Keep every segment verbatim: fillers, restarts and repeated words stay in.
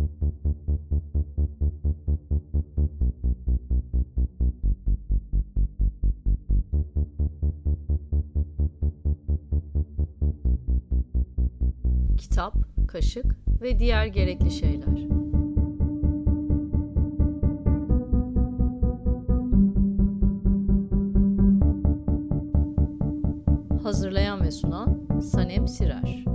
Kitap, kaşık ve diğer gerekli şeyler. Hazırlayan ve sunan Sanem Sirer.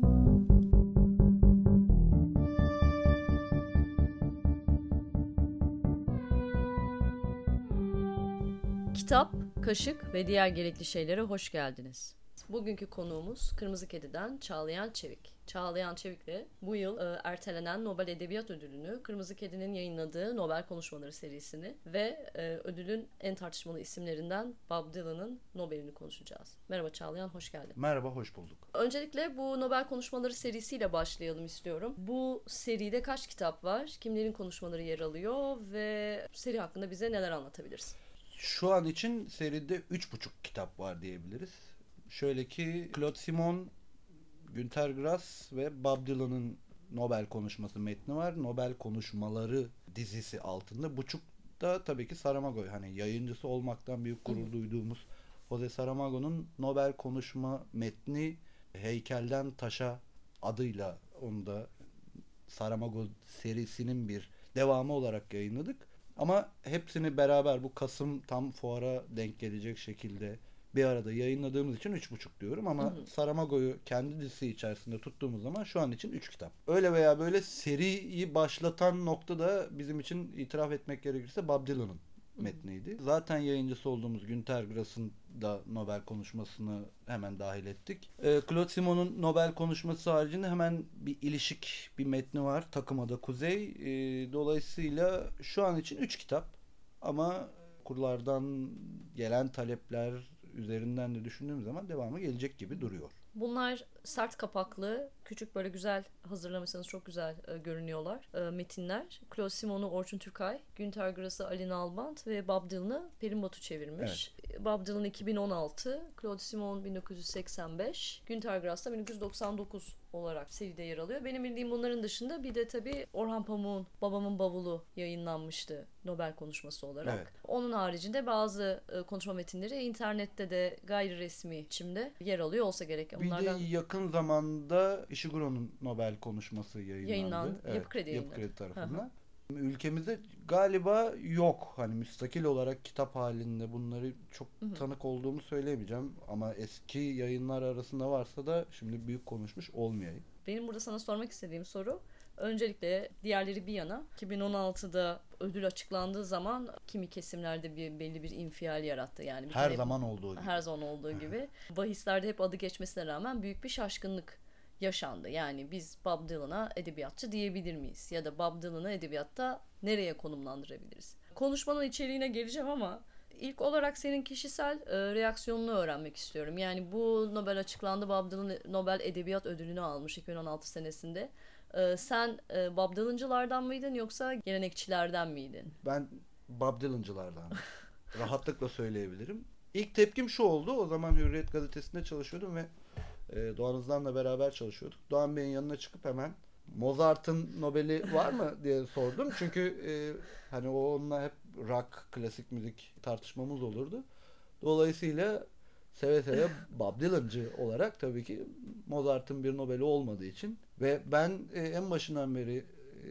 Kitap, kaşık ve diğer gerekli şeylere hoş geldiniz. Bugünkü konuğumuz Kırmızı Kedi'den Çağlayan Çevik. Çağlayan Çevik'le bu yıl e, ertelenen Nobel Edebiyat Ödülünü, Kırmızı Kedi'nin yayınladığı Nobel Konuşmaları serisini ve e, ödülün en tartışmalı isimlerinden Bob Dylan'ın Nobel'ini konuşacağız. Merhaba Çağlayan, hoş geldin. Merhaba, hoş bulduk. Öncelikle bu Nobel Konuşmaları serisiyle başlayalım istiyorum. Bu seride kaç kitap var? Kimlerin konuşmaları yer alıyor ve seri hakkında bize neler anlatabilirsin? Şu an için seride üç buçuk kitap var diyebiliriz. Şöyle ki Claude Simon, Günter Grass ve Bob Dylan'ın Nobel konuşması metni var. Nobel konuşmaları dizisi altında. Buçuk da tabii ki Saramago. Hani yayıncısı olmaktan büyük gurur duyduğumuz Jose Saramago'nun Nobel konuşma metni Heykelden Taşa adıyla onu da Saramago serisinin bir devamı olarak yayınladık. Ama hepsini beraber bu Kasım tam fuara denk gelecek şekilde bir arada yayınladığımız için üç buçuk diyorum ama hı hı. Saramago'yu kendi dizisi içerisinde tuttuğumuz zaman şu an için üç kitap. Öyle veya böyle seriyi başlatan nokta da bizim için itiraf etmek gerekirse Bob Dylan'ın metniydi. Zaten yayıncısı olduğumuz Günter Grass'ın da Nobel konuşmasını hemen dahil ettik. Ee, Claude Simon'un Nobel konuşması haricinde hemen bir ilişik bir metni var. Takım Ada Kuzey. Ee, dolayısıyla şu an için üç kitap ama kurlardan gelen talepler üzerinden de düşündüğüm zaman devamı gelecek gibi duruyor. Bunlar sert kapaklı, küçük böyle güzel hazırlamışsanız çok güzel e, görünüyorlar e, metinler. Claude Simon'u Orçun Türkay, Günter Grass'ı Ali Nalbant ve Bob Dylan'ı Pelin Batu çevirmiş. Evet. Bob Dylan iki bin on altı, Claude Simon bin dokuz yüz seksen beş, Günter Grass da bin dokuz yüz doksan dokuz olarak seride yer alıyor. Benim bildiğim bunların dışında bir de tabii Orhan Pamuk'un Babamın Bavulu yayınlanmıştı Nobel konuşması olarak. Evet. Onun haricinde bazı e, konuşma metinleri internette de gayri resmi biçimde yer alıyor olsa gerek. Bunlardan... Bir de yakın zamanda Ishiguro'nun Nobel konuşması yayınlandı. Yayınlandı. Evet, Yapı Kredi Yapı Kredi tarafından. Hı hı. Ülkemizde galiba yok. Hani müstakil olarak kitap halinde bunları çok hı hı. tanık olduğumu söyleyemeyeceğim. Ama eski yayınlar arasında varsa da şimdi büyük konuşmuş olmayayım. Benim burada sana sormak istediğim soru, öncelikle diğerleri bir yana, iki bin on altıda ödül açıklandığı zaman kimi kesimlerde bir belli bir infial yarattı. Yani her zaman hep, olduğu gibi. Her zaman olduğu gibi. Bahislerde hep adı geçmesine rağmen büyük bir şaşkınlık yaşandı. Yani biz Bob Dylan'a edebiyatçı diyebilir miyiz? Ya da Bob Dylan'ı edebiyatta nereye konumlandırabiliriz? Konuşmanın içeriğine geleceğim ama ilk olarak senin kişisel e, reaksiyonunu öğrenmek istiyorum. Yani bu Nobel açıklandı. Bob Dylan Nobel Edebiyat Ödülünü almış iki bin on altı senesinde. E, sen e, Bob Dylan'cılardan mıydın yoksa gelenekçilerden miydin? Ben Bob Dylan'cılardan. Rahatlıkla söyleyebilirim. İlk tepkim şu oldu. O zaman Hürriyet Gazetesi'nde çalışıyordum ve e, Doğan Hızlan'la beraber çalışıyorduk. Doğan Bey'in yanına çıkıp hemen Mozart'ın Nobel'i var mı diye sordum. Çünkü e, hani o onunla hep rock, klasik müzik tartışmamız olurdu. Dolayısıyla seve seve Bob Dylan'cı olarak tabii ki Mozart'ın bir Nobel'i olmadığı için ve ben e, en başından beri e,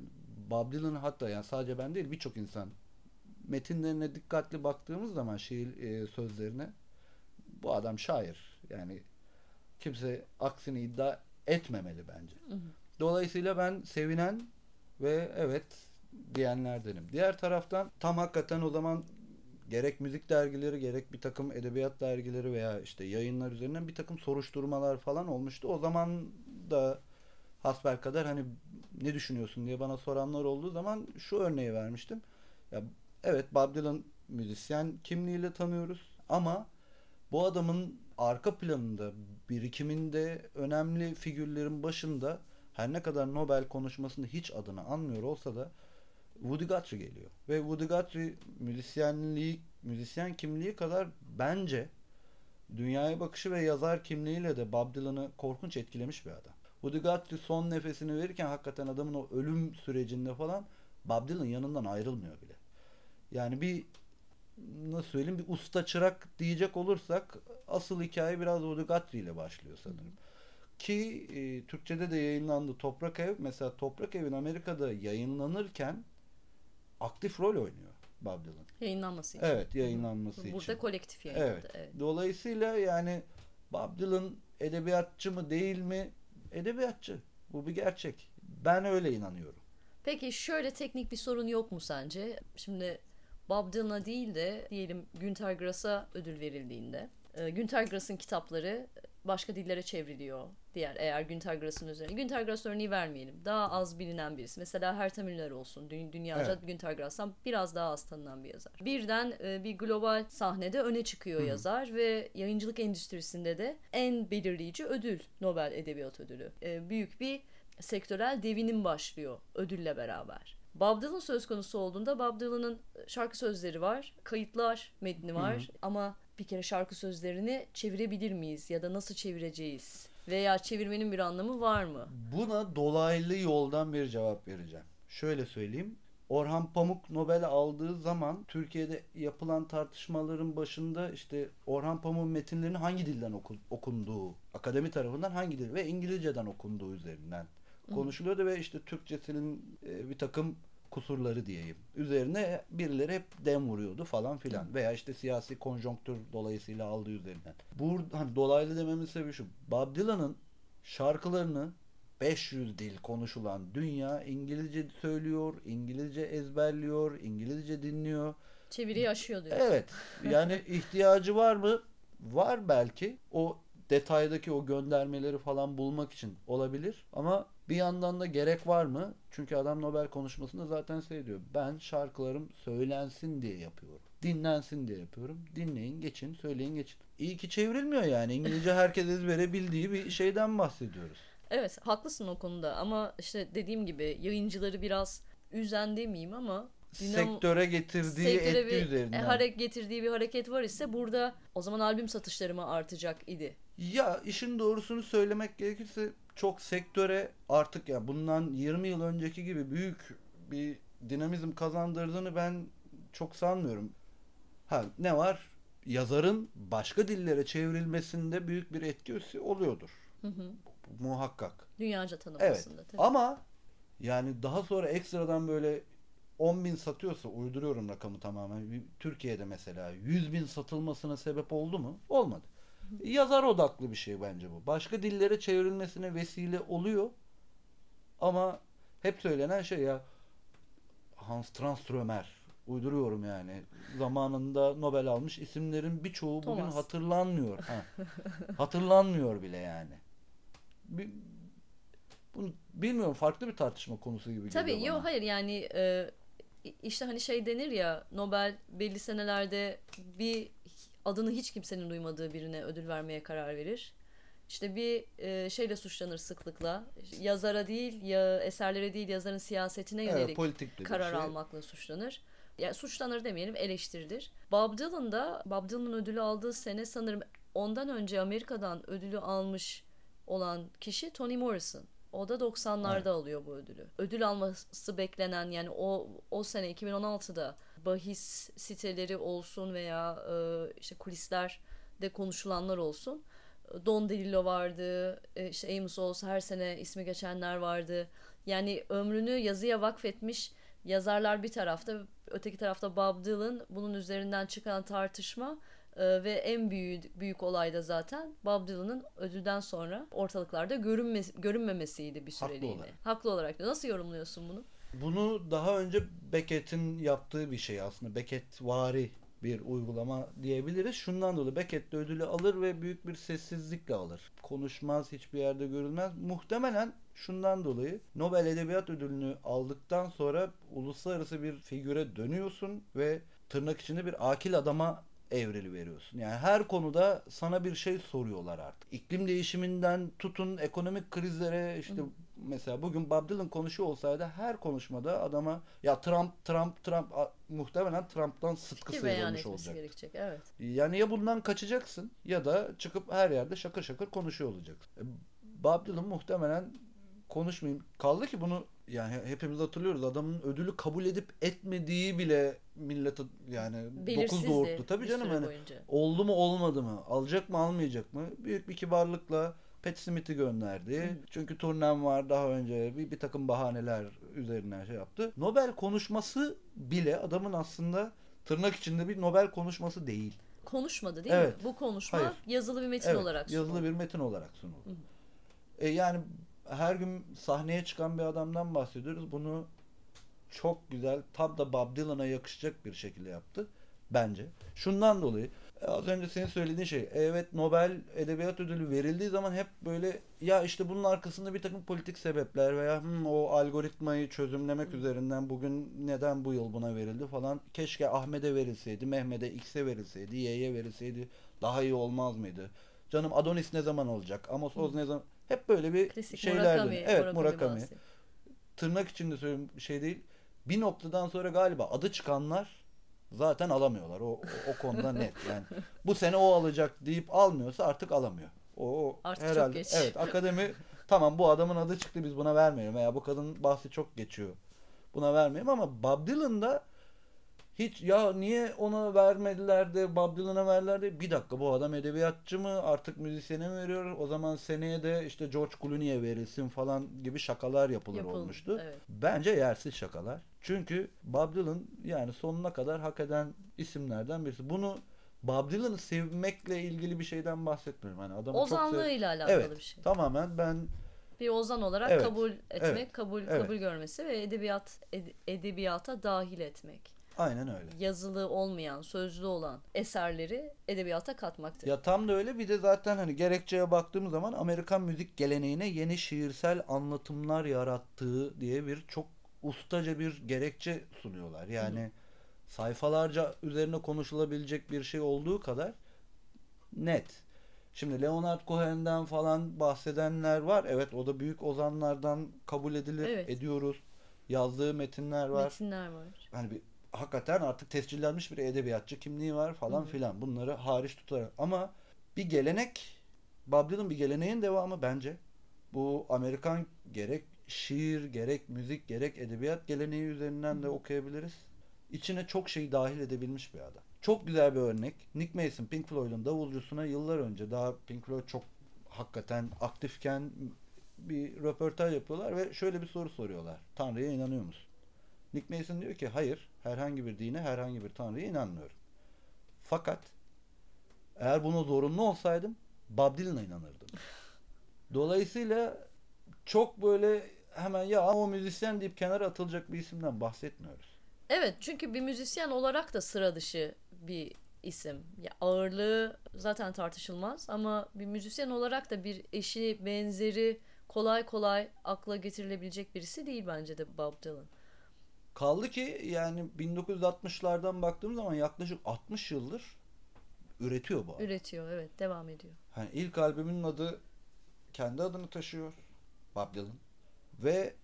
Bob Dylan'ı, hatta yani sadece ben değil birçok insan metinlerine dikkatli baktığımız zaman şiir e, sözlerine, bu adam şair. Yani kimse aksini iddia etmemeli bence. Hı hı. Dolayısıyla ben sevinen ve evet diyenlerdenim. Diğer taraftan tam hakikaten o zaman gerek müzik dergileri gerek bir takım edebiyat dergileri veya işte yayınlar üzerinden bir takım soruşturmalar falan olmuştu. O zaman da hasbelkader hani ne düşünüyorsun diye bana soranlar olduğu zaman şu örneği vermiştim. Ya evet, Bob Dylan müzisyen kimliğiyle tanıyoruz ama bu adamın arka planında, birikiminde önemli figürlerin başında her ne kadar Nobel konuşmasında hiç adını anmıyor olsa da Woody Guthrie geliyor. Ve Woody Guthrie müzisyenliği, müzisyen kimliği kadar bence dünyaya bakışı ve yazar kimliğiyle de Bob Dylan'ı korkunç etkilemiş bir adam. Woody Guthrie son nefesini verirken hakikaten adamın o ölüm sürecinde falan Bob Dylan yanından ayrılmıyor bile. Yani bir nasıl söyleyeyim bir usta çırak diyecek olursak asıl hikaye biraz Woody Guthrie ile başlıyor sanırım. Ki e, Türkçe'de de yayınlandı Toprak Ev. Mesela Toprak Ev'in Amerika'da yayınlanırken aktif rol oynuyor Bob Dylan. Yayınlanması için. Evet, yayınlanması Burada için. Burada kolektif yayınladı. Evet. evet. Dolayısıyla yani Bob Dylan edebiyatçı mı değil mi? Edebiyatçı. Bu bir gerçek. Ben öyle inanıyorum. Peki şöyle teknik bir sorun yok mu sence? Şimdi Bob Dylan'a değil de diyelim Günter Grass'a ödül verildiğinde e, Günter Grass'ın kitapları başka dillere çevriliyor. Diğer eğer Günter Grass'ın üzerine. Günter Grass örneği vermeyelim. Daha az bilinen birisi. Mesela Herta Müller olsun. Dü- dünyaca evet. Günter Grass'tan biraz daha az tanınan bir yazar. Birden e, bir global sahnede öne çıkıyor Hı-hı. yazar ve yayıncılık endüstrisinde de en belirleyici ödül Nobel Edebiyat Ödülü. E, büyük bir sektörel devinim başlıyor ödülle beraber. Bob Dylan söz konusu olduğunda Bob Dylan'ın şarkı sözleri var, kayıtlar metni var Hı-hı. ama bir kere şarkı sözlerini çevirebilir miyiz ya da nasıl çevireceğiz veya çevirmenin bir anlamı var mı? Buna dolaylı yoldan bir cevap vereceğim. Şöyle söyleyeyim. Orhan Pamuk Nobel aldığı zaman Türkiye'de yapılan tartışmaların başında işte Orhan Pamuk'un metinlerinin hangi dilden oku- okunduğu, akademi tarafından hangi dil ve İngilizceden okunduğu üzerinden konuşuluyordu ve işte Türkçesinin e, bir takım kusurları diyeyim. Üzerine birileri hep dem vuruyordu falan filan. Hı. Veya işte siyasi konjonktür dolayısıyla aldığı üzerinden. Bu hani dolaylı dememin sebebi şu. Bob Dylan'ın şarkılarını beş yüz dil konuşulan dünya İngilizce söylüyor, İngilizce ezberliyor, İngilizce dinliyor. Çeviriyi aşıyor diyorsun. Evet. Yani ihtiyacı var mı? Var belki. O detaydaki o göndermeleri falan bulmak için olabilir. Ama bir yandan da gerek var mı? Çünkü adam Nobel konuşmasında zaten şey diyor. Ben şarkılarım söylensin diye yapıyorum. Dinlensin diye yapıyorum. Dinleyin, geçin, söyleyin, geçin. İyi ki çevrilmiyor yani. İngilizce herkes ezbere bildiği bir şeyden bahsediyoruz. Evet, haklısın o konuda ama işte dediğim gibi yayıncıları biraz üzen demeyeyim ama dinamo, sektöre getirdiği sektöre etki bir, üzerinden. E, hareket getirdiği bir hareket var ise burada o zaman albüm satışları mı artacak idi? Ya işin doğrusunu söylemek gerekirse çok sektöre artık ya bundan yirmi yıl önceki gibi büyük bir dinamizm kazandırdığını ben çok sanmıyorum. Ha ne var? Yazarın başka dillere çevrilmesinde büyük bir etki oluyordur. Hı hı. Muhakkak. Dünyaca tanınmasında. Evet. Tabii. Ama yani daha sonra ekstradan böyle on bin satıyorsa, uyduruyorum rakamı tamamen. Türkiye'de mesela yüz bin satılmasına sebep oldu mu? Olmadı. Hı hı. Yazar odaklı bir şey bence bu. Başka dillere çevrilmesine vesile oluyor. Ama hep söylenen şey ya Hans Tranströmer, uyduruyorum yani. Zamanında Nobel almış isimlerin birçoğu bugün Thomas. hatırlanmıyor. Ha. Hatırlanmıyor bile yani. Bir, bunu bilmiyorum, farklı bir tartışma konusu gibi Tabii, geliyor bana. Tabii yok hayır yani e, işte hani şey denir ya, Nobel belli senelerde bir adını hiç kimsenin duymadığı birine ödül vermeye karar verir. İşte bir e, şeyle suçlanır sıklıkla. Yazara değil, ya eserlere değil, yazarın siyasetine yönelik evet, karar şey. almakla suçlanır. Yani suçlanır demeyelim, eleştirilir. Bob Dylan da, Bob Dylan'ın ödülü aldığı sene sanırım ondan önce Amerika'dan ödülü almış olan kişi Toni Morrison. O da doksanlarda evet. alıyor bu ödülü. Ödül alması beklenen, yani o o sene iki bin on altıda bahis siteleri olsun veya e, işte kulislerde konuşulanlar olsun. Don DeLillo vardı, işte Amos Oz, her sene ismi geçenler vardı. Yani ömrünü yazıya vakfetmiş yazarlar bir tarafta, öteki tarafta Bob Dylan. Bunun üzerinden çıkan tartışma e, ve en büyük büyük olay da zaten Bob Dylan'ın ödülden sonra ortalıklarda görünme, görünmemesiydi bir süreliğine. Haklı olarak. Haklı olarak. Nasıl yorumluyorsun bunu? Bunu daha önce Beckett'in yaptığı bir şey aslında. Beckett-vari bir uygulama diyebiliriz. Şundan dolayı Beckett de ödülü alır ve büyük bir sessizlikle alır. Konuşmaz, hiçbir yerde görülmez. Muhtemelen şundan dolayı Nobel Edebiyat Ödülünü aldıktan sonra uluslararası bir figüre dönüyorsun ve tırnak içinde bir akil adama evrili veriyorsun. Yani her konuda sana bir şey soruyorlar artık. İklim değişiminden tutun ekonomik krizlere, işte Hı. mesela bugün Bob Dylan konuşuyor olsaydı her konuşmada adama ya Trump Trump Trump a, muhtemelen Trump'tan sıtkı sıyrılmış olacak. Gerekecek, evet. Yani ya bundan kaçacaksın ya da çıkıp her yerde şakır şakır konuşuyor olacaksın. Bob Dylan muhtemelen konuşmayayım. Kaldı ki bunu yani hepimiz hatırlıyoruz. Adamın ödülü kabul edip etmediği bile millete yani dokuz doğurttu. Tabii canım hani boyunca. Oldu mu olmadı mı? Alacak mı almayacak mı? Büyük bir kibarlıkla Pat Smith'i gönderdi. Hı. Çünkü turnem var daha önce bir, bir takım bahaneler üzerinden şey yaptı. Nobel konuşması bile adamın aslında tırnak içinde bir Nobel konuşması değil. Konuşmadı değil evet. mi? Bu konuşma Hayır. yazılı bir metin evet, olarak sunuldu. Yazılı bir metin olarak sunuldu. E yani her gün sahneye çıkan bir adamdan bahsediyoruz. Bunu çok güzel, tam da Bob Dylan'a yakışacak bir şekilde yaptı bence. Şundan dolayı az önce senin söylediğin şey, evet Nobel Edebiyat Ödülü verildiği zaman hep böyle ya işte bunun arkasında bir takım politik sebepler veya hmm, o algoritmayı çözümlemek hmm. üzerinden bugün neden bu yıl buna verildi falan. Keşke Ahmet'e verilseydi, Mehmet'e, X'e verilseydi, Y'ye verilseydi daha iyi olmaz mıydı? Canım Adonis ne zaman olacak? Amos Oz hmm. ne zaman? Hep böyle bir Klasik şeyler Murakami, dönüyor. Evet Murakami. Murakami. Tırnak içinde söylüyorum şey değil. Bir noktadan sonra galiba adı çıkanlar zaten alamıyorlar. O, o, o konuda net. Yani bu sene o alacak deyip almıyorsa artık alamıyor. O, o artık herhalde. çok geç. Evet akademi tamam bu adamın adı çıktı biz buna vermeyelim veya bu kadının bahsi çok geçiyor. Buna vermeyelim ama Bob Dylan'da hiç ya niye ona vermediler de Bob Dylan'a verdiler de bir dakika bu adam edebiyatçı mı artık müzisyene mi veriyor o zaman seneye de işte George Clooney'e verilsin falan gibi şakalar yapılır Yapıldı, olmuştu. Evet. Bence yersiz şakalar. Çünkü Bob Dylan yani sonuna kadar hak eden isimlerden birisi. Bunu Bob Dylan'ı sevmekle ilgili bir şeyden bahsetmiyorum. Yani adamı Ozanlığıyla çok sev... alakalı evet, bir şey. Tamamen ben bir ozan olarak evet, kabul etmek, evet, kabul evet. kabul görmesi ve edebiyat ed, edebiyata dahil etmek. Aynen öyle. Yazılı olmayan, sözlü olan eserleri edebiyata katmaktır. Ya tam da öyle. Bir de zaten hani gerekçeye baktığımız zaman Amerikan müzik geleneğine yeni şiirsel anlatımlar yarattığı diye bir çok ustaca bir gerekçe sunuyorlar. Yani Hı. sayfalarca üzerine konuşulabilecek bir şey olduğu kadar net. Şimdi Leonard Cohen'den falan bahsedenler var. Evet o da büyük ozanlardan kabul edilir. Evet. Ediyoruz. Yazdığı metinler var. Metinler var. Hani bir hakikaten artık tescillenmiş bir edebiyatçı kimliği var falan Hı-hı. filan. Bunları hariç tutarak. Ama bir gelenek, Bob Dylan bir geleneğin devamı bence. Bu Amerikan gerek şiir, gerek müzik, gerek edebiyat geleneği üzerinden Hı-hı. de okuyabiliriz. İçine çok şey dahil edebilmiş bir adam. Çok güzel bir örnek. Nick Mason, Pink Floyd'un davulcusuna yıllar önce daha Pink Floyd çok hakikaten aktifken bir röportaj yapıyorlar ve şöyle bir soru soruyorlar. Tanrı'ya inanıyor musun? Nick Mason diyor ki hayır, herhangi bir dine, herhangi bir tanrıya inanmıyorum. Fakat eğer buna zorunlu olsaydım Bob Dylan'a inanırdım. Dolayısıyla çok böyle hemen ya o müzisyen deyip kenara atılacak bir isimden bahsetmiyoruz. Evet çünkü bir müzisyen olarak da sıra dışı bir isim. Ya ağırlığı zaten tartışılmaz ama bir müzisyen olarak da bir eşi, benzeri kolay kolay akla getirilebilecek birisi değil bence de Bob Dylan. Kaldı ki yani bin dokuz yüz altmışlardan baktığım zaman yaklaşık altmış yıldır üretiyor bu adam. Üretiyor evet devam ediyor. Hani ilk albümünün adı kendi adını taşıyor Bob Dylan ve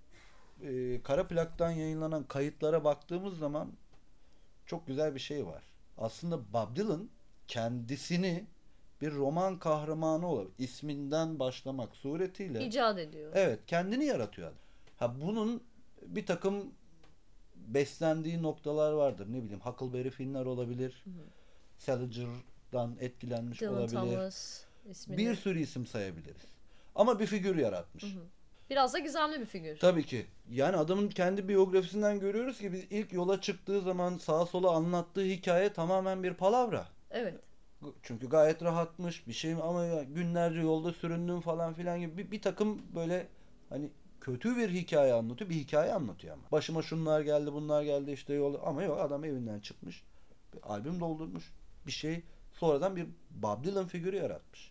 e, kara plaktan yayınlanan kayıtlara baktığımız zaman çok güzel bir şey var. Aslında Bob Dylan kendisini bir roman kahramanı olarak isminden başlamak suretiyle icat ediyor. Evet kendini yaratıyor. Ha bunun bir takım beslendiği noktalar vardır. Ne bileyim Huckleberry Finn'ler olabilir. Hı hı. Salinger'dan etkilenmiş Dylan olabilir. Thomas ismini. Bir sürü isim sayabiliriz. Ama bir figür yaratmış. Hı hı. Biraz da gizemli bir figür. Tabii ki. Yani adamın kendi biyografisinden görüyoruz ki biz ilk yola çıktığı zaman sağa sola anlattığı hikaye tamamen bir palavra. Evet. Çünkü gayet rahatmış bir şey ama ya günlerce yolda süründüm falan filan gibi bir, bir takım böyle hani kötü bir hikaye anlatıyor. Bir hikaye anlatıyor ama. Başıma şunlar geldi, bunlar geldi işte yolda. Ama yok adam evinden çıkmış. Bir albüm doldurmuş. Bir şey sonradan bir Bob Dylan figürü yaratmış.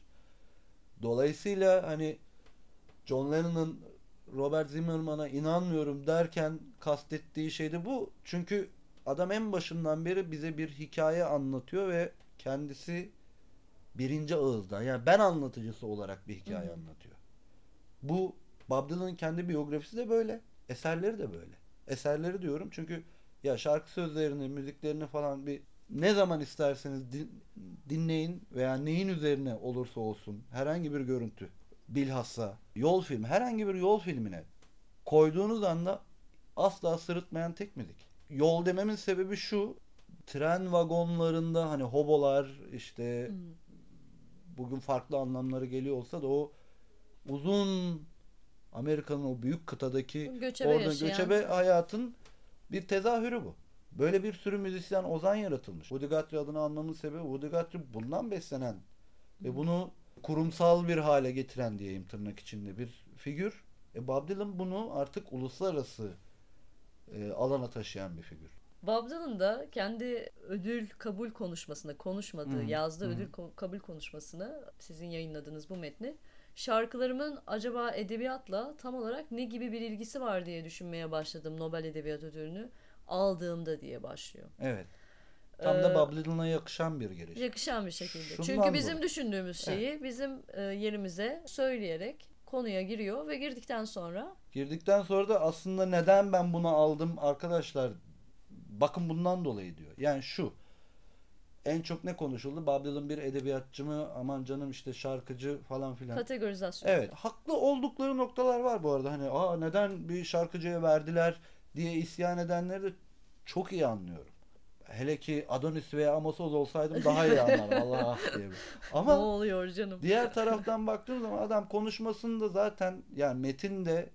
Dolayısıyla hani John Lennon'ın Robert Zimmerman'a inanmıyorum derken kastettiği şey de bu. Çünkü adam en başından beri bize bir hikaye anlatıyor ve kendisi birinci ağızdan yani ben anlatıcısı olarak bir hikaye Hı-hı. anlatıyor. Bu Bob Dylan'ın kendi biyografisi de böyle. Eserleri de böyle. Eserleri diyorum çünkü ya şarkı sözlerini, müziklerini falan bir ne zaman isterseniz din, dinleyin veya neyin üzerine olursa olsun herhangi bir görüntü bilhassa yol filmi, herhangi bir yol filmine koyduğunuz anda asla sırıtmayan tek müzik. Yol dememin sebebi şu: tren vagonlarında hani hobolar işte hmm. bugün farklı anlamları geliyor olsa da o uzun Amerika'nın o büyük kıtadaki göçebe orada yaşayan. göçebe hayatın bir tezahürü bu. Böyle bir sürü müzisyen, ozan yaratılmış. Woody Guthrie adını almamın sebebi Woody Guthrie bundan beslenen hmm. ve bunu kurumsal bir hale getiren diyeyim tırnak içinde bir figür. E Bob Dylan bunu artık uluslararası e, alana taşıyan bir figür. Bob Dylan da kendi ödül kabul konuşmasında konuşmadığı, hmm. yazdığı hmm. ödül ko- kabul konuşmasını, sizin yayınladığınız bu metni, şarkılarımın acaba edebiyatla tam olarak ne gibi bir ilgisi var diye düşünmeye başladım Nobel Edebiyat Ödülünü aldığımda diye başlıyor. Evet. Tam da Bob Dylan'a yakışan bir giriş. Yakışan bir şekilde. Şundan Çünkü bizim dolayı. düşündüğümüz şeyi evet. bizim e, yerimize söyleyerek konuya giriyor ve girdikten sonra girdikten sonra da aslında neden ben bunu aldım arkadaşlar, bakın bundan dolayı diyor. Yani şu, en çok ne konuşuldu? Bob Dylan bir edebiyatçı mı? Aman canım işte şarkıcı falan filan. Kategorizasyon. Evet. Haklı oldukları noktalar var bu arada. Hani aa neden bir şarkıcıya verdiler diye isyan edenleri de çok iyi anlıyorum. Hele ki Adonis veya Amosoz olsaydım daha iyi anlarım. Allah diye. Ama ne oluyor canım? Diğer taraftan baktığım zaman adam konuşmasında zaten yani metinde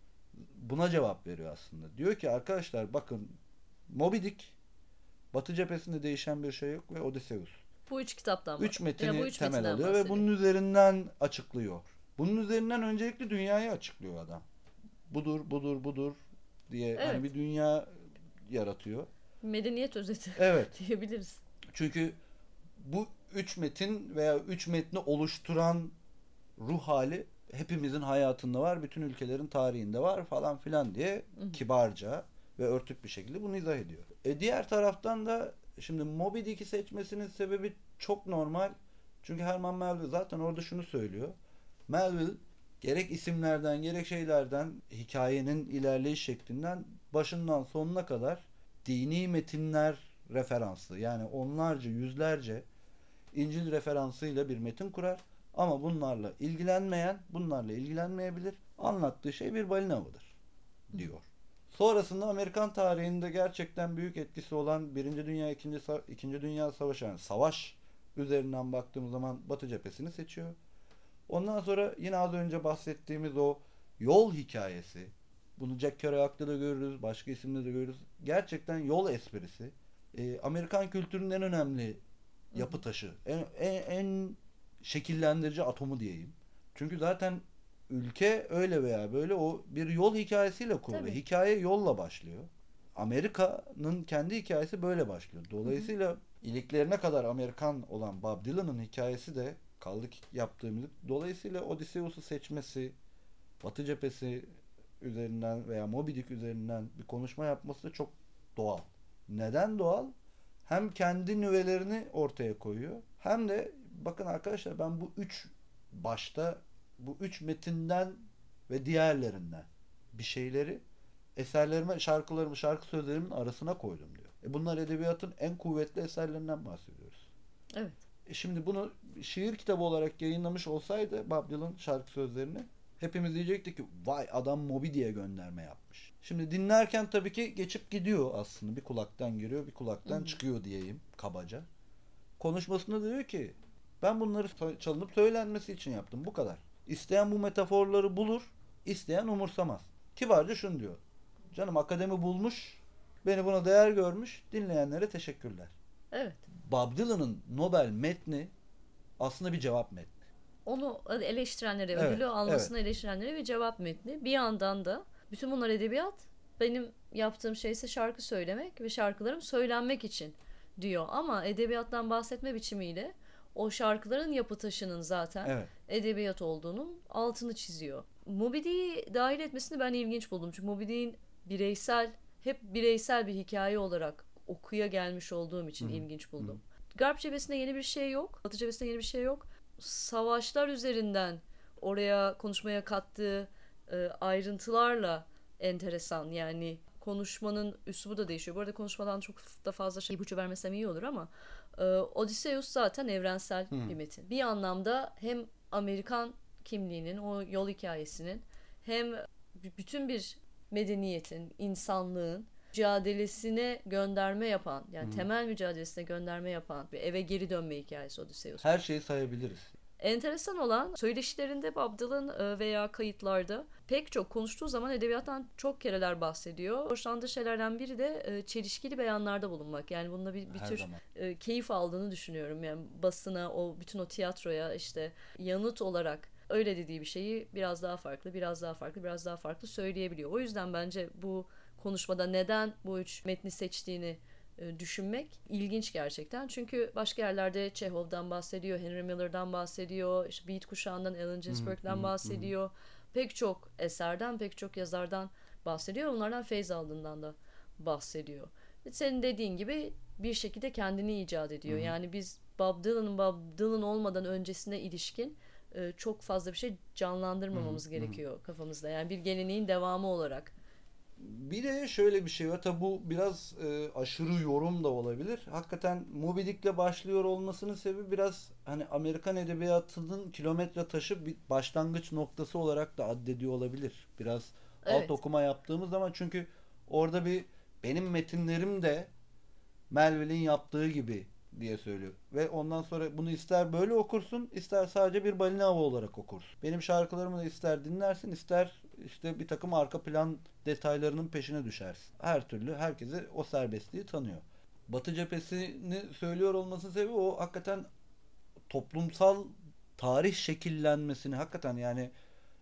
buna cevap veriyor aslında. Diyor ki arkadaşlar bakın, Moby Dick, Batı cephesinde değişen bir şey yok ve Odysseus. Bu üç kitaptan Üç metini bu üç temel alıyor ve bunun üzerinden açıklıyor. Bunun üzerinden öncelikle dünyayı açıklıyor adam. Budur, budur, budur diye evet. hani bir dünya yaratıyor. Medeniyet özeti evet. diyebiliriz. Çünkü bu üç metin veya üç metni oluşturan ruh hali hepimizin hayatında var, bütün ülkelerin tarihinde var falan filan diye kibarca ve örtük bir şekilde bunu izah ediyor. E diğer taraftan da şimdi Moby Dick'i seçmesinin sebebi çok normal. Çünkü Herman Melville zaten orada şunu söylüyor. Melville gerek isimlerden gerek şeylerden, hikayenin ilerleyiş şeklinden başından sonuna kadar dini metinler referanslı, yani onlarca yüzlerce İncil referansıyla bir metin kurar. Ama bunlarla ilgilenmeyen, bunlarla ilgilenmeyebilir. Anlattığı şey bir balina avıdır diyor. Sonrasında Amerikan tarihinde gerçekten büyük etkisi olan Birinci Dünya, İkinci, İkinci Dünya Savaşı, yani savaş üzerinden baktığımız zaman Batı cephesini seçiyor. Ondan sonra yine az önce bahsettiğimiz o yol hikayesi, bunu Jack Kerouac'ta da görürüz, başka isimde de görürüz. Gerçekten yol esprisi, e, Amerikan kültürünün en önemli yapı taşı, en, en, en şekillendirici atomu diyeyim. Çünkü zaten ülke öyle veya böyle o bir yol hikayesiyle kuruluyor. Tabii. Hikaye yolla başlıyor. Amerika'nın kendi hikayesi böyle başlıyor. Dolayısıyla hı hı. iliklerine kadar Amerikan olan Bob Dylan'ın hikayesi de kaldık yaptığımız. Dolayısıyla Odysseus'u seçmesi, Batı cephesi üzerinden veya Moby Dick üzerinden bir konuşma yapması da çok doğal. Neden doğal? Hem kendi nüvelerini ortaya koyuyor, hem de bakın arkadaşlar, ben bu üç başta bu üç metinden ve diğerlerinden bir şeyleri eserlerime, şarkılarımı, şarkı sözlerimin arasına koydum diyor. E bunlar edebiyatın en kuvvetli eserlerinden bahsediyoruz. Evet. E şimdi bunu şiir kitabı olarak yayınlamış olsaydı Bob Dylan şarkı sözlerini, hepimiz diyecektik ki vay adam Moby diye gönderme yapmış. Şimdi dinlerken tabii ki geçip gidiyor aslında. Bir kulaktan giriyor, bir kulaktan hmm. çıkıyor diyeyim kabaca. Konuşmasında diyor ki ben bunları çalınıp söylenmesi için yaptım. Bu kadar. İsteyen bu metaforları bulur, isteyen umursamaz. Kibarca şunu diyor. Canım akademi bulmuş, beni buna değer görmüş, dinleyenlere teşekkürler. Evet. Bob Dylan'ın Nobel metni aslında bir cevap metni. Onu eleştirenlere, evet, ödülü almasını evet. eleştirenlere bir cevap metni. Bir yandan da bütün bunlar edebiyat, benim yaptığım şey ise şarkı söylemek ve şarkılarım söylenmek için diyor. Ama edebiyattan bahsetme biçimiyle o şarkıların yapı taşının zaten evet. edebiyat olduğunun altını çiziyor. Moby Dick'i dahil etmesini ben ilginç buldum. Çünkü Moby Dick'in bireysel, hep bireysel bir hikaye olarak okuya gelmiş olduğum için Hı-hı. ilginç buldum. Hı-hı. Garp cephesinde yeni bir şey yok. Batı cephesinde yeni bir şey yok. Savaşlar üzerinden oraya konuşmaya kattığı e, ayrıntılarla enteresan. Yani konuşmanın üslubu da değişiyor. Bu arada konuşmadan çok da fazla şey ipucu vermesem iyi olur ama e, Odysseus zaten evrensel hmm. bir metin. Bir anlamda hem Amerikan kimliğinin, o yol hikayesinin hem bütün bir medeniyetin, insanlığın mücadelesine gönderme yapan, yani hmm. temel mücadelesine gönderme yapan bir eve geri dönme hikayesi Odysseus. Her şeyi sayabiliriz. Enteresan olan söyleşilerinde Bob Dylan veya kayıtlarda pek çok konuştuğu zaman edebiyattan çok kereler bahsediyor. Hoşlandığı şeylerden biri de çelişkili beyanlarda bulunmak. Yani bununla bir, bir tür zaman. keyif aldığını düşünüyorum. Yani basına, o bütün o tiyatroya işte yanıt olarak öyle dediği bir şeyi biraz daha farklı, biraz daha farklı, biraz daha farklı söyleyebiliyor. O yüzden bence bu konuşmada neden bu üç metni seçtiğini düşünmek ilginç gerçekten. Çünkü başka yerlerde Çehov'dan bahsediyor, Henry Miller'dan bahsediyor, işte Beat kuşağından Allen Ginsberg'den hmm, bahsediyor. Hmm. Pek çok eserden, pek çok yazardan bahsediyor. Onlardan feyz aldığından da bahsediyor. Senin dediğin gibi bir şekilde kendini icat ediyor. Hmm. Yani biz Bob Dylan'ın Bob Dylan olmadan öncesine ilişkin çok fazla bir şey canlandırmamamız hmm, gerekiyor hmm. kafamızda. Yani bir geleneğin devamı olarak. Bir de şöyle bir şey var. Tabi bu biraz e, aşırı yorum da olabilir. Hakikaten Moby Dick'le başlıyor olmasının sebebi biraz hani Amerikan edebiyatının kilometre taşı bir başlangıç noktası olarak da addediyor olabilir. Biraz evet. alt okuma yaptığımız zaman, çünkü orada bir benim metinlerim de Melville'in yaptığı gibi diye söylüyor. Ve ondan sonra bunu ister böyle okursun, ister sadece bir balina avı olarak okursun. Benim şarkılarımı da ister dinlersin, ister işte bir takım arka plan detaylarının peşine düşersin. Her türlü herkese o serbestliği tanıyor. Batı cephesini söylüyor olmasının sebebi o hakikaten toplumsal tarih şekillenmesini, hakikaten yani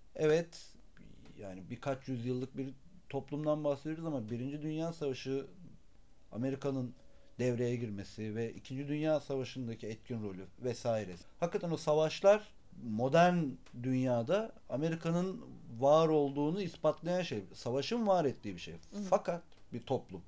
evet yani birkaç yüzyıllık bir toplumdan bahsediyoruz ama Birinci Dünya Savaşı, Amerika'nın devreye girmesi ve İkinci Dünya Savaşı'ndaki etkin rolü vesaire. Hakikaten o savaşlar modern dünyada Amerika'nın var olduğunu ispatlayan şey. Savaşın var ettiği bir şey. Hı. Fakat bir toplum.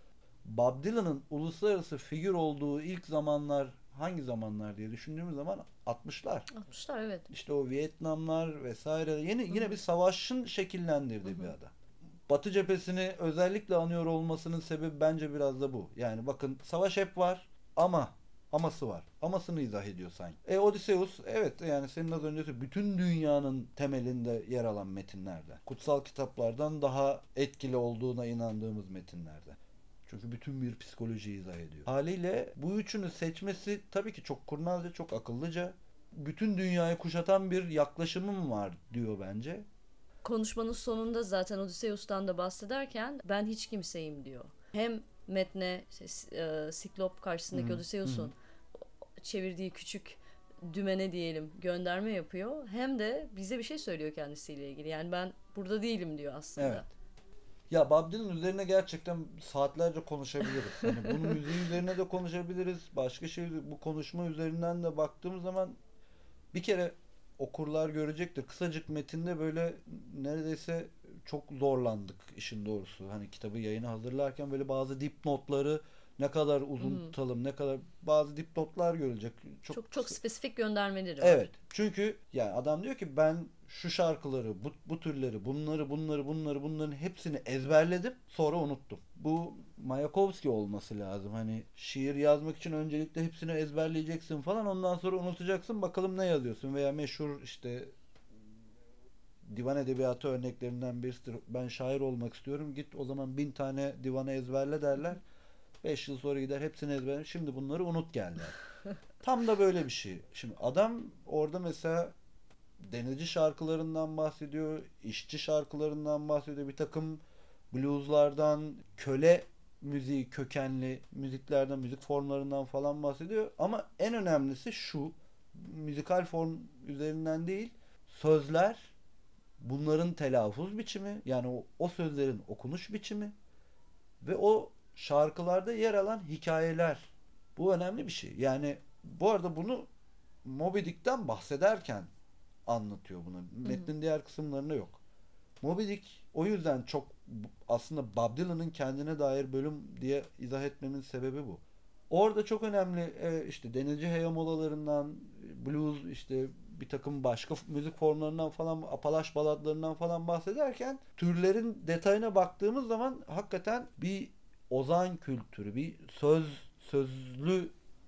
Bob Dylan'ın uluslararası figür olduğu ilk zamanlar hangi zamanlar diye düşündüğümüz zaman altmışlar. altmışlar evet. İşte o Vietnamlar vesaire. Yine, yine bir savaşın şekillendirdiği bir adam. Batı cephesini özellikle anıyor olmasının sebebi bence biraz da bu. Yani bakın savaş hep var ama aması var. Amasını izah ediyor sanki. E Odysseus evet yani senin az önce söylediğin bütün dünyanın temelinde yer alan metinlerden. Kutsal kitaplardan daha etkili olduğuna inandığımız metinlerden. Çünkü bütün bir psikolojiyi izah ediyor. Haliyle bu üçünü seçmesi tabii ki çok kurnazca, çok akıllıca. Bütün dünyayı kuşatan bir yaklaşımım var diyor bence. Konuşmanın sonunda zaten Odysseus'tan da bahsederken ben hiç kimseyim diyor. Hem metne işte, e, Siklop karşısındaki hmm. Odysseus'un hmm. çevirdiği küçük dümene diyelim gönderme yapıyor. Hem de bize bir şey söylüyor kendisiyle ilgili. Yani ben burada değilim diyor aslında. Evet. Ya Bob Dylan üzerine gerçekten saatlerce konuşabiliriz. Yani bunun müziği üzerine de konuşabiliriz. Başka şey, bu konuşma üzerinden de baktığımız zaman bir kere okurlar görecektir. Kısacık metinde böyle neredeyse çok zorlandık işin doğrusu. Hani kitabı yayına hazırlarken böyle bazı dipnotları ne kadar uzun hmm. tutalım, ne kadar bazı dipnotlar görecek. Çok çok, çok spesifik göndermeleri var. Evet. Çünkü yani adam diyor ki ben şu şarkıları, bu, bu türleri, bunları, bunları, bunları, bunların hepsini ezberledim. Sonra unuttum. Bu Mayakovski olması lazım. Hani şiir yazmak için öncelikle hepsini ezberleyeceksin falan. Ondan sonra unutacaksın. Bakalım ne yazıyorsun. Veya meşhur işte divan edebiyatı örneklerinden birisidir. Ben şair olmak istiyorum. Git o zaman bin tane divanı ezberle derler. Beş yıl sonra gider hepsini ezberler. Şimdi bunları unut geldi. Tam da böyle bir şey. Şimdi adam orada mesela denizci şarkılarından bahsediyor, işçi şarkılarından bahsediyor, bir takım blueslardan, köle müziği kökenli müziklerden, müzik formlarından falan bahsediyor. Ama en önemlisi şu, müzikal form üzerinden değil, sözler, bunların telaffuz biçimi, yani o, o sözlerin okunuş biçimi ve o şarkılarda yer alan hikayeler. Bu önemli bir şey. Yani bu arada bunu Moby Dick'ten bahsederken anlatıyor bunu. Metnin diğer kısımlarında yok. Moby Dick o yüzden çok aslında Bob Dylan'ın kendine dair bölüm diye izah etmemin sebebi bu. Orada çok önemli işte denizci heyamolalarından, blues, işte bir takım başka müzik formlarından falan, Apalaş baladlarından falan bahsederken türlerin detayına baktığımız zaman hakikaten bir ozan kültürü, bir söz sözlü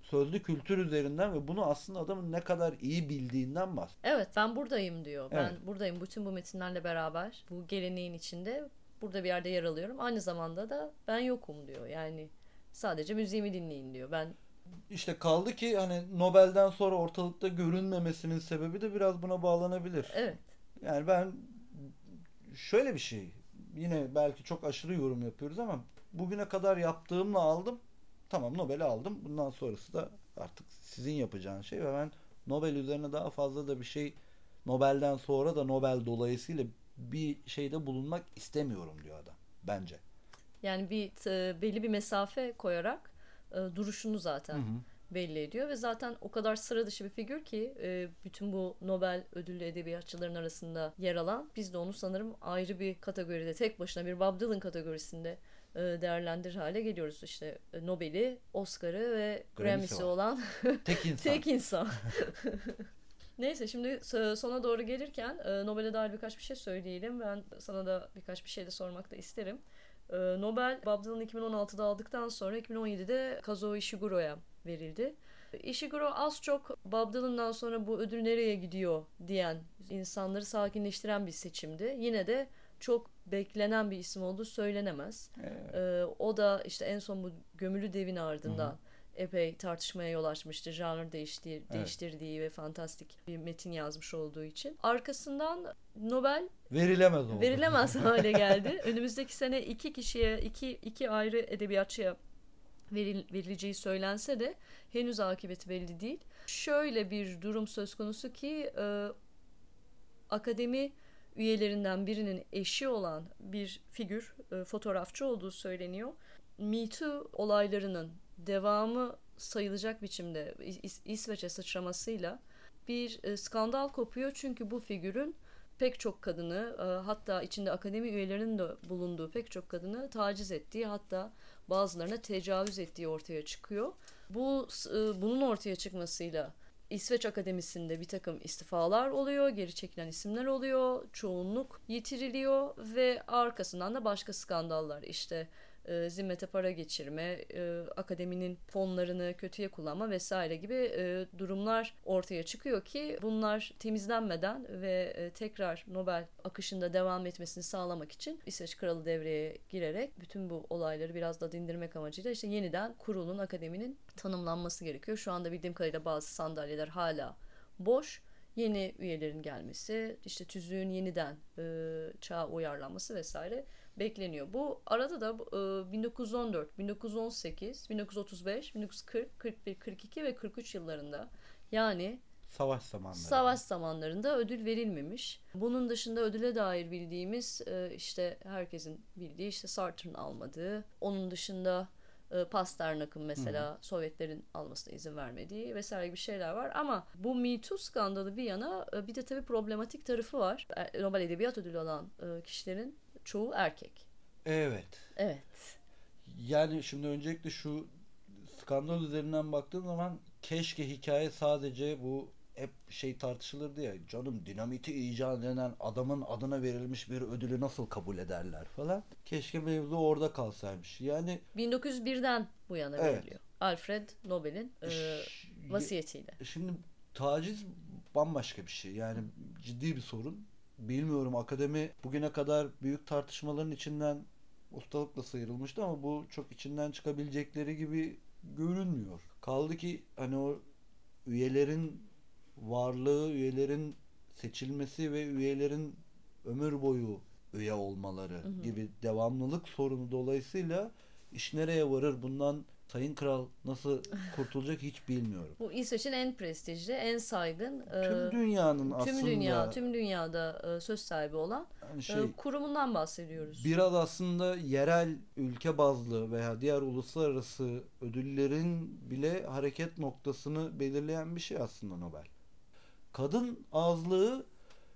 sözlü kültür üzerinden ve bunu aslında adamın ne kadar iyi bildiğinden bahsediyor. Evet, ben buradayım diyor. Evet. Ben buradayım bütün bu metinlerle beraber. Bu geleneğin içinde burada bir yerde yer alıyorum. Aynı zamanda da ben yokum diyor. Yani sadece müziğimi dinleyin diyor. Ben İşte kaldı ki hani Nobel'den sonra ortalıkta görünmemesinin sebebi de biraz buna bağlanabilir. evet. Yani ben şöyle bir şey, yine belki çok aşırı yorum yapıyoruz ama bugüne kadar yaptığımla aldım. Tamam, Nobel'i aldım. Bundan sonrası da artık sizin yapacağınız şey ve ben Nobel üzerine daha fazla da bir şey, Nobel'den sonra da Nobel dolayısıyla bir şeyde bulunmak istemiyorum diyor adam bence. Yani bir e, belli bir mesafe koyarak e, duruşunu zaten Hı hı. belli ediyor ve zaten o kadar sıra dışı bir figür ki e, bütün bu Nobel ödüllü edebiyatçıların arasında yer alan, biz de onu sanırım ayrı bir kategoride, tek başına bir Bob Dylan kategorisinde e, değerlendirir hale geliyoruz. İşte e, Nobel'i, Oscar'ı ve Grammy'si Grammy'si var. olan Tek insan. tek insan. Neyse, şimdi sona doğru gelirken e, Nobel'e dair birkaç bir şey söyleyelim. Ben sana da birkaç bir şey de sormak da isterim. E, Nobel Bob Dylan iki bin on altıda aldıktan sonra iki bin on yedide Kazuo Ishiguro'ya verildi. Ishiguro az çok Bob Dylan'dan sonra bu ödül nereye gidiyor diyen insanları sakinleştiren bir seçimdi. Yine de çok beklenen bir isim olduğu söylenemez. Evet. E, o da işte en son bu Gömülü Dev'in ardından Hı hı. epey tartışmaya yol açmıştı. Janr değiştir, Evet. değiştirdiği ve fantastik bir metin yazmış olduğu için. Arkasından Nobel Verilemez oldu. verilemez hale geldi. Önümüzdeki sene iki kişiye, iki, iki ayrı edebiyatçıya veril, verileceği söylense de henüz akıbeti belli değil. Şöyle bir durum söz konusu ki e, akademi üyelerinden birinin eşi olan bir figür, e, fotoğrafçı olduğu söyleniyor. Me Too olaylarının devamı sayılacak biçimde İs- İsveç'e sıçramasıyla bir e, skandal kopuyor. Çünkü bu figürün pek çok kadını, e, hatta içinde akademi üyelerinin de bulunduğu pek çok kadını taciz ettiği, hatta bazılarına tecavüz ettiği ortaya çıkıyor. Bu e, bunun ortaya çıkmasıyla İsveç Akademisi'nde bir takım istifalar oluyor, geri çekilen isimler oluyor, çoğunluk yitiriliyor ve arkasından da başka skandallar, işte e, zimmete para geçirme, e, akademinin fonlarını kötüye kullanma vesaire gibi e, durumlar ortaya çıkıyor ki bunlar temizlenmeden ve e, tekrar Nobel akışında devam etmesini sağlamak için İsveç Kralı devreye girerek bütün bu olayları biraz da dindirmek amacıyla işte yeniden kurulun, akademinin tanımlanması gerekiyor. Şu anda bildiğim kadarıyla bazı sandalyeler hala boş. Yeni üyelerin gelmesi, işte tüzüğün yeniden e, çağa uyarlanması vesaire bekleniyor. Bu arada da e, bin dokuz yüz on dört, bin dokuz yüz on sekiz, bin dokuz yüz otuz beş, bin dokuz yüz kırk, kırk bir, kırk iki ve kırk üç yıllarında, yani Savaş zamanları. savaş zamanlarında ödül verilmemiş. Bunun dışında ödüle dair bildiğimiz e, işte herkesin bildiği işte Sartre'ın almadığı, onun dışında e, Pasternak'ın mesela Hı-hı. Sovyetlerin almasına izin vermediği vesaire bir şeyler var. Ama bu Me Too skandalı bir yana e, bir de tabii problematik tarafı var. E, Nobel Edebiyat Ödülü alan e, kişilerin çoğu erkek. Evet. Evet. Yani şimdi öncelikle şu skandal üzerinden baktığım zaman keşke hikaye sadece bu, hep şey tartışılırdı ya, canım dinamiti icat eden adamın adına verilmiş bir ödülü nasıl kabul ederler falan. Keşke mevzu orada kalsaymış. Yani bin dokuz yüz birden bu yana evet. veriliyor. Alfred Nobel'in e, vasiyetiyle. Şimdi taciz bambaşka bir şey. Yani ciddi bir sorun. Bilmiyorum, akademi bugüne kadar büyük tartışmaların içinden ustalıkla sıyrılmıştı ama bu çok içinden çıkabilecekleri gibi görünmüyor. Kaldı ki hani o üyelerin varlığı, üyelerin seçilmesi ve üyelerin ömür boyu üye olmaları hı hı. gibi devamlılık sorunu dolayısıyla iş nereye varır, bundan Sayın Kral nasıl kurtulacak hiç bilmiyorum. Bu İsveç'in en prestijli, en saygın, tüm dünyanın tüm aslında dünya, tüm dünyada söz sahibi olan yani şey, kurumundan bahsediyoruz. Biraz aslında yerel, ülke bazlı veya diğer uluslararası ödüllerin bile hareket noktasını belirleyen bir şey aslında Nobel. Kadın azlığı,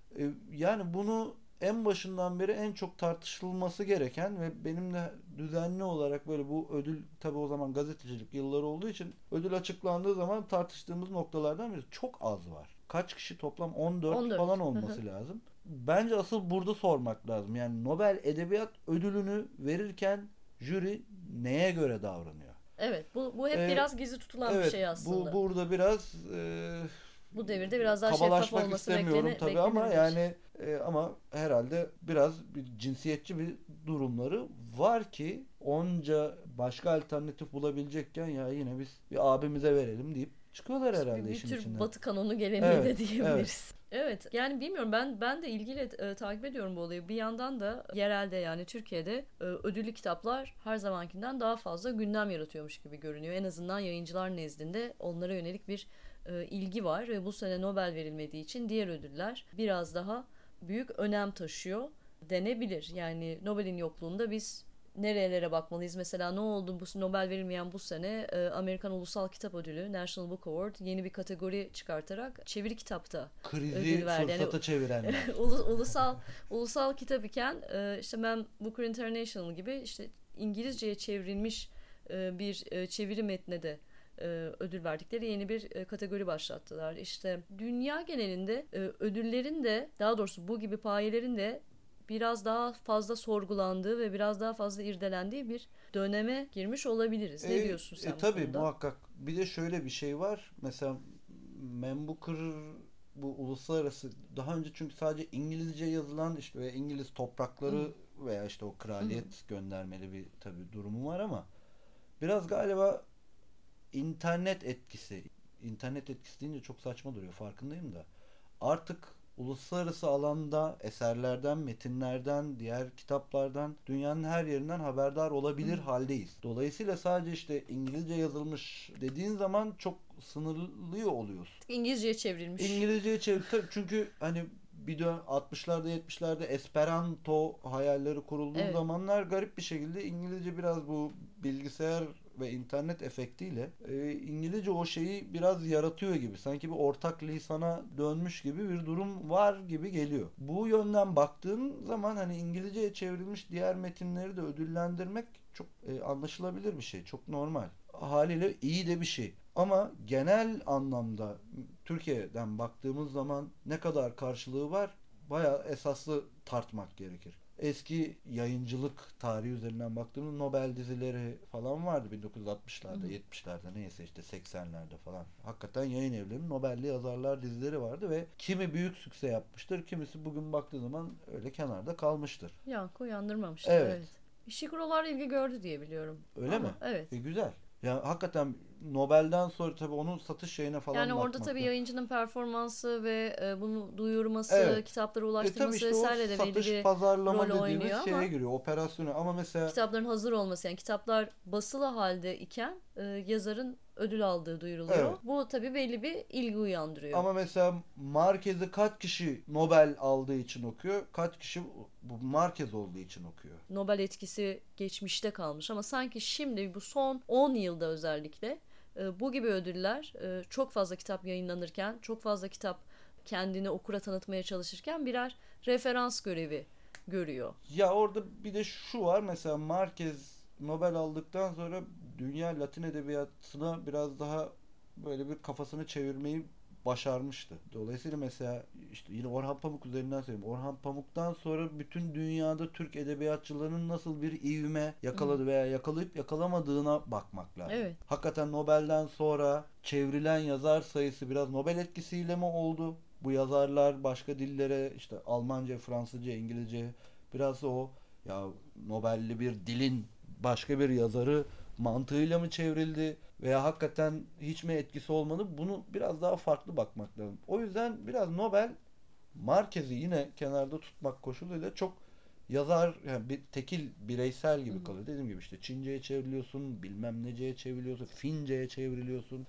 yani bunu en başından beri en çok tartışılması gereken ve benim de düzenli olarak böyle bu ödül, tabi o zaman gazetecilik yılları olduğu için ödül açıklandığı zaman tartıştığımız noktalardan biri. Çok az var. Kaç kişi toplam? on dört, on dört falan olması lazım. Bence asıl burada sormak lazım. Yani Nobel Edebiyat Ödülünü verirken jüri neye göre davranıyor? Evet, bu bu hep Ee, biraz gizli tutulan evet, bir şey aslında. Bu burada biraz e, Bu devirde biraz daha şeffaf kabalaşmak olması istemiyorum beklene, tabii ama beklenir. yani e, ama herhalde biraz bir cinsiyetçi bir durumları var ki onca başka alternatif bulabilecekken ya yine biz bir abimize verelim deyip çıkıyorlar herhalde Bir, bir işin tür içinden. Batı kanonu geleneği Evet, de diyebiliriz. evet. Evet, yani bilmiyorum, ben ben de ilgiyle e, takip ediyorum bu olayı. Bir yandan da yerelde, yani Türkiye'de e, ödüllü kitaplar her zamankinden daha fazla gündem yaratıyormuş gibi görünüyor. En azından yayıncılar nezdinde onlara yönelik bir e, ilgi var ve bu sene Nobel verilmediği için diğer ödüller biraz daha büyük önem taşıyor denebilir. Yani Nobel'in yokluğunda biz nerelere bakmalıyız? Mesela ne oldu bu Nobel verilmeyen bu sene? e, Amerikan Ulusal Kitap Ödülü, National Book Award, yeni bir kategori çıkartarak çeviri kitapta Krizi ödül verdi. fırsata Yani çevirenler. ulu- ulusal ulusal kitap iken e, işte Man Booker International gibi işte İngilizceye çevrilmiş e, bir e, çeviri metne de e, ödül verdikleri yeni bir e, kategori başlattılar. İşte dünya genelinde e, ödüllerin de, daha doğrusu bu gibi payelerin de biraz daha fazla sorgulandığı ve biraz daha fazla irdelendiği bir döneme girmiş olabiliriz. Ne E, diyorsun sen e, bu tabii konuda? muhakkak. Bir de şöyle bir şey var. Mesela Man Booker bu uluslararası daha önce çünkü sadece İngilizce yazılan işte veya İngiliz toprakları veya işte o kraliyet göndermeli bir tabii durumu var ama biraz galiba internet etkisi. İnternet etkisi deyince çok saçma duruyor farkındayım da. Artık uluslararası alanda eserlerden, metinlerden, diğer kitaplardan dünyanın her yerinden haberdar olabilir haldeyiz. Dolayısıyla sadece işte İngilizce yazılmış dediğin zaman çok sınırlıyor oluyorsun. İngilizceye çevrilmiş. İngilizceye çevir çünkü hani bir de altmışlarda yetmişlerde Esperanto hayalleri kurulduğu Evet. zamanlar garip bir şekilde İngilizce biraz bu bilgisayar ve internet efektiyle e, İngilizce o şeyi biraz yaratıyor gibi. Sanki bir ortak lisana dönmüş gibi bir durum var gibi geliyor. Bu yönden baktığın zaman hani İngilizceye çevrilmiş diğer metinleri de ödüllendirmek çok e, anlaşılabilir bir şey. Çok normal. Haliyle iyi de bir şey. Ama genel anlamda Türkiye'den baktığımız zaman ne kadar karşılığı var? Bayağı esaslı tartmak gerekir. Eski yayıncılık tarihi üzerinden baktığımız Nobel dizileri falan vardı bin dokuz yüz altmışlarda, yetmişlerde neyse işte seksenlerde falan. Hakikaten yayın evlerinin Nobel'li yazarlar dizileri vardı ve kimi büyük sükse yapmıştır, kimisi bugün baktığı zaman öyle kenarda kalmıştır. Yankı uyandırmamıştır. Evet. Evet. Ishiguro'lar ilgi gördü diye biliyorum. Öyle Ama mi? evet. E, güzel. Ya hakikaten Nobel'den sonra tabii onun satış şeyine falan Yani orada bakmak tabii lazım. yayıncının performansı ve e, bunu duyurması, Evet. kitaplara E tabii ulaştırması işte o vesaire de belli satış bir pazarlama rol dediğimiz oynuyor şeye ama giriyor. Operasyonu ama mesela kitapların hazır olması, yani kitaplar basılı halde iken e, yazarın ödül aldığı duyuruluyor. evet. Bu tabii belli bir ilgi uyandırıyor. Ama mesela Marquez'i kaç kişi Nobel aldığı için okuyor? Kaç kişi bu Marquez olduğu için okuyor? Nobel etkisi geçmişte kalmış ama sanki şimdi bu son on yılda özellikle e, bu gibi ödüller e, çok fazla kitap yayınlanırken, çok fazla kitap kendini okura tanıtmaya çalışırken birer referans görevi görüyor. Ya orada bir de şu var mesela Marquez Nobel aldıktan sonra dünya Latin edebiyatına biraz daha böyle bir kafasını çevirmeyi başarmıştı. Dolayısıyla mesela işte yine Orhan Pamuk üzerinden söyleyeyim. Orhan Pamuk'tan sonra bütün dünyada Türk edebiyatçılarının nasıl bir ivme yakaladı veya yakalayıp yakalamadığına bakmak lazım. Evet. Hakikaten Nobel'den sonra çevrilen yazar sayısı biraz Nobel etkisiyle mi oldu? Bu yazarlar başka dillere işte Almanca, Fransızca, İngilizce biraz o ya Nobel'li bir dilin başka bir yazarı mantığıyla mı çevrildi veya hakikaten hiç mi etkisi olmadı? Bunu biraz daha farklı bakmak lazım. O yüzden biraz Nobel Marquez'i yine kenarda tutmak koşuluyla çok yazar yani bir tekil bireysel gibi kalıyor. Dediğim gibi işte Çince'ye çevriliyorsun, bilmem neceye çevriliyorsun, Fince'ye çevriliyorsun.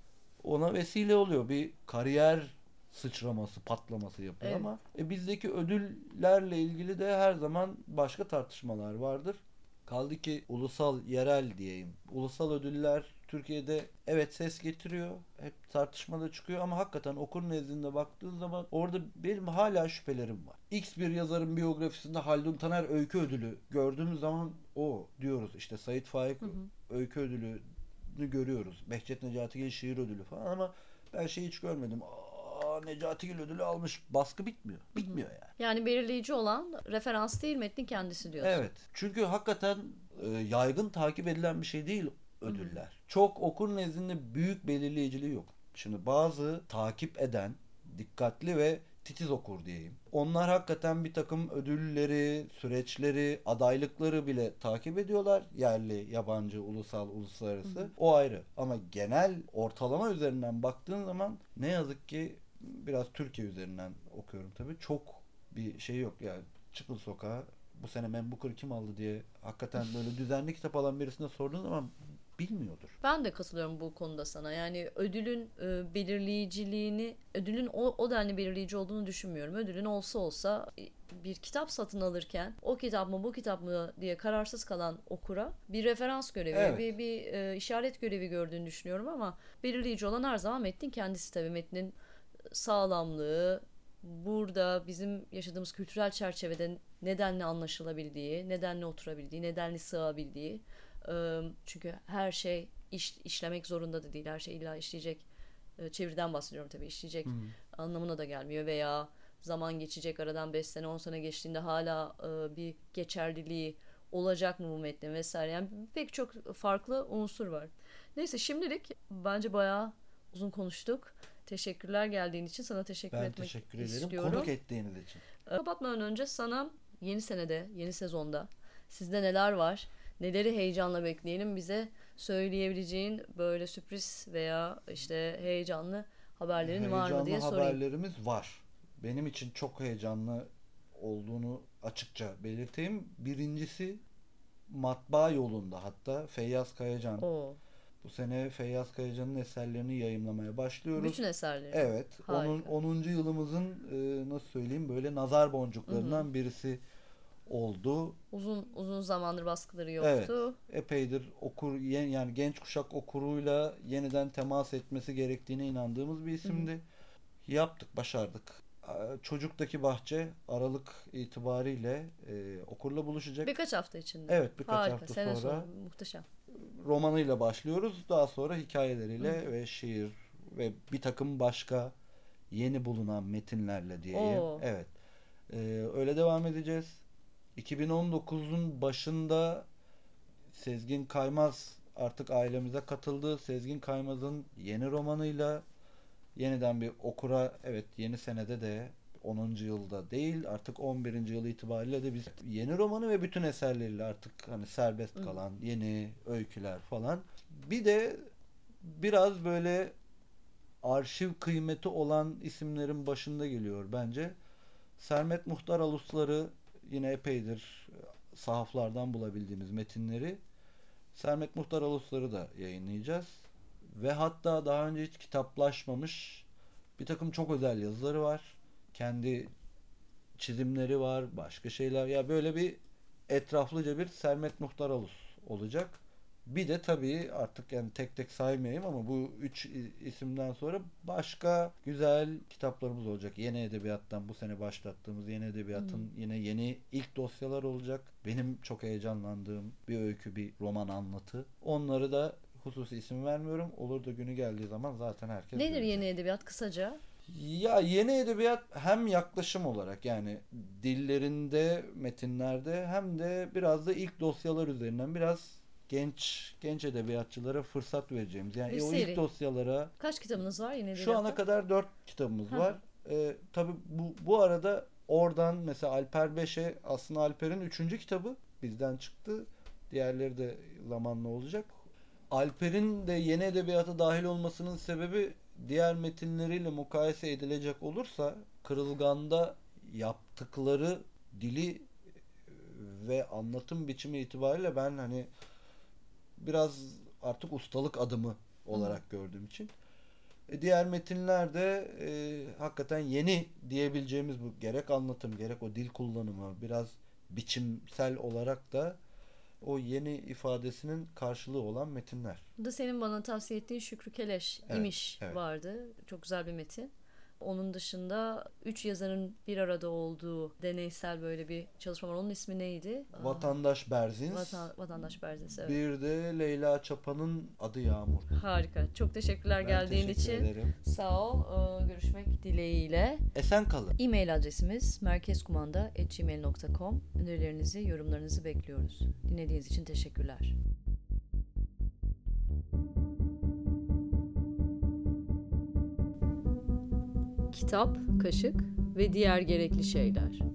Ona vesile oluyor. Bir kariyer sıçraması, patlaması yapıyor Evet. ama e, bizdeki ödüllerle ilgili de her zaman başka tartışmalar vardır. Kaldı ki ulusal, yerel diyeyim. Ulusal ödüller Türkiye'de evet ses getiriyor. Hep tartışmada çıkıyor ama hakikaten okur nezdinde baktığın zaman orada benim hala şüphelerim var. X bir yazarın biyografisinde Haldun Taner öykü ödülü gördüğümüz zaman o diyoruz. İşte Sait Faik hı hı. öykü ödülünü görüyoruz. Behçet Necatigil şiir ödülü falan ama ben şey hiç görmedim. Aa, Necatigil ödülü almış. Baskı bitmiyor. Bitmiyor yani. Yani belirleyici olan referans değil, metnin kendisi diyorsun. Evet. Çünkü hakikaten e, yaygın takip edilen bir şey değil. ödüller. Hı-hı. Çok okur nezdinde büyük belirleyiciliği yok. Şimdi bazı takip eden, dikkatli ve titiz okur diyeyim. Onlar hakikaten bir takım ödülleri, süreçleri, adaylıkları bile takip ediyorlar. Yerli, yabancı, ulusal, uluslararası. Hı hı. O ayrı. Ama genel ortalama üzerinden baktığın zaman ne yazık ki biraz Türkiye üzerinden okuyorum tabii. Çok bir şey yok. Yani çıkın sokağa, bu sene Man Booker kim aldı diye hakikaten böyle düzenli kitap alan birisine sorduğun zaman bilmiyordur. Ben de katılıyorum bu konuda sana. Yani ödülün e, belirleyiciliğini, ödülün o, o denli belirleyici olduğunu düşünmüyorum. Ödülün olsa olsa bir kitap satın alırken o kitap mı bu kitap mı diye kararsız kalan okura bir referans görevi, evet. bir, bir e, işaret görevi gördüğünü düşünüyorum ama belirleyici olan her zaman metnin kendisi tabii. Metnin sağlamlığı, burada bizim yaşadığımız kültürel çerçevede nedenle anlaşılabildiği, nedenle oturabildiği, nedenle sığabildiği. Çünkü her şey iş, işlemek zorunda da değil. Her şey illa işleyecek. Çeviriden bahsediyorum tabii. İşleyecek hmm. anlamına da gelmiyor. Veya zaman geçecek, aradan beş sene on sene geçtiğinde hala bir geçerliliği olacak mı bu metnin vesaire. Yani pek çok farklı unsur var. Neyse, şimdilik bence bayağı uzun konuştuk. Teşekkürler geldiğin için. Sana teşekkür ben etmek teşekkür ederim. istiyorum. Konuk ettiğiniz için. Kapatmadan önce sana yeni senede, yeni sezonda sizde neler var? Neleri heyecanla bekleyelim, bize söyleyebileceğin böyle sürpriz veya işte heyecanlı haberlerin heyecanlı var mı diye sorayım. Heyecanlı haberlerimiz var. Benim için çok heyecanlı olduğunu açıkça belirteyim. Birincisi matbaa yolunda, hatta Feyyaz Kayacan. Oo. Bu sene Feyyaz Kayacan'ın eserlerini yayımlamaya başlıyoruz. Bütün eserleri. Evet. Onun onuncu yılımızın e, nasıl söyleyeyim böyle nazar boncuklarından Hı-hı. birisi oldu. Uzun uzun zamandır baskıları yoktu. Evet. Epeydir okur yani genç kuşak okuruyla yeniden temas etmesi gerektiğine inandığımız bir isimdi. Hı-hı. Yaptık, başardık. Çocuktaki Bahçe Aralık itibariyle e, okurla buluşacak. Birkaç hafta içinde. Evet, birkaç Harika, hafta sene sonra. sonra. Muhteşem. Romanıyla başlıyoruz. Daha sonra hikayeleriyle Hı. ve şiir ve bir takım başka yeni bulunan metinlerle diyeyim. Oo. Evet. Ee, öyle devam edeceğiz. iki bin on dokuzun başında Sezgin Kaymaz artık ailemize katıldı. Sezgin Kaymaz'ın yeni romanıyla yeniden bir okura, evet, yeni senede de onuncu yılda değil artık on birinci yıl itibariyle de biz yeni romanı ve bütün eserleriyle artık hani serbest kalan Hı. yeni öyküler falan. Bir de biraz böyle arşiv kıymeti olan isimlerin başında geliyor bence. Sermet Muhtar Alusları, yine epeydir sahaflardan bulabildiğimiz metinleri. Sermet Muhtar Alusları da yayınlayacağız. Ve hatta daha önce hiç kitaplaşmamış bir takım çok özel yazıları var. Kendi çizimleri var, başka şeyler. Ya böyle bir etraflıca bir Sermet Muhtar Alus olacak. Bir de tabii artık yani tek tek saymayayım ama bu üç isimden sonra başka güzel kitaplarımız olacak. Yeni edebiyattan bu sene başlattığımız yeni edebiyatın hmm. yine yeni ilk dosyalar olacak. Benim çok heyecanlandığım bir öykü, bir roman anlatı. Onları da hususi isim vermiyorum. Olur da günü geldiği zaman zaten herkes Nedir görecek. Yeni edebiyat kısaca? Ya yeni edebiyat hem yaklaşım olarak yani dillerinde, metinlerde hem de biraz da ilk dosyalar üzerinden biraz genç genç edebiyatçılara fırsat vereceğimiz. Yani o ilk dosyalara. Kaç kitabınız var yeni edebiyatta? Şu ana kadar dört kitabımız ha. var. Ee, tabii bu, bu arada oradan mesela Alper Beşe, aslında Alper'in üçüncü kitabı bizden çıktı. Diğerleri de zamanla olacak. Alper'in de yeni edebiyata dahil olmasının sebebi diğer metinleriyle mukayese edilecek olursa Kırılgan'da yaptıkları dili ve anlatım biçimi itibariyle ben hani biraz artık ustalık adımı olarak Hı. gördüğüm için. E diğer metinlerde e, hakikaten yeni diyebileceğimiz bu gerek anlatım gerek o dil kullanımı biraz biçimsel olarak da o yeni ifadesinin karşılığı olan metinler. Bu da senin bana tavsiye ettiğin Şükrü Keleş evet, İmiş evet. vardı. Çok güzel bir metin. Onun dışında üç yazarın bir arada olduğu deneysel böyle bir çalışma var. Onun ismi neydi? Vatandaş Berzins. Vatan, Vatandaş Berzins, evet. Bir de Leyla Çapa'nın Adı Yağmur. Harika. Çok teşekkürler ben geldiğin teşekkür için. Ederim. Sağ ol. Ee, görüşmek dileğiyle. Esen kalın. E-mail adresimiz merkezkumanda at gmail nokta com. Önerilerinizi, yorumlarınızı bekliyoruz. Dinlediğiniz için teşekkürler. kitap, kaşık ve diğer gerekli şeyler.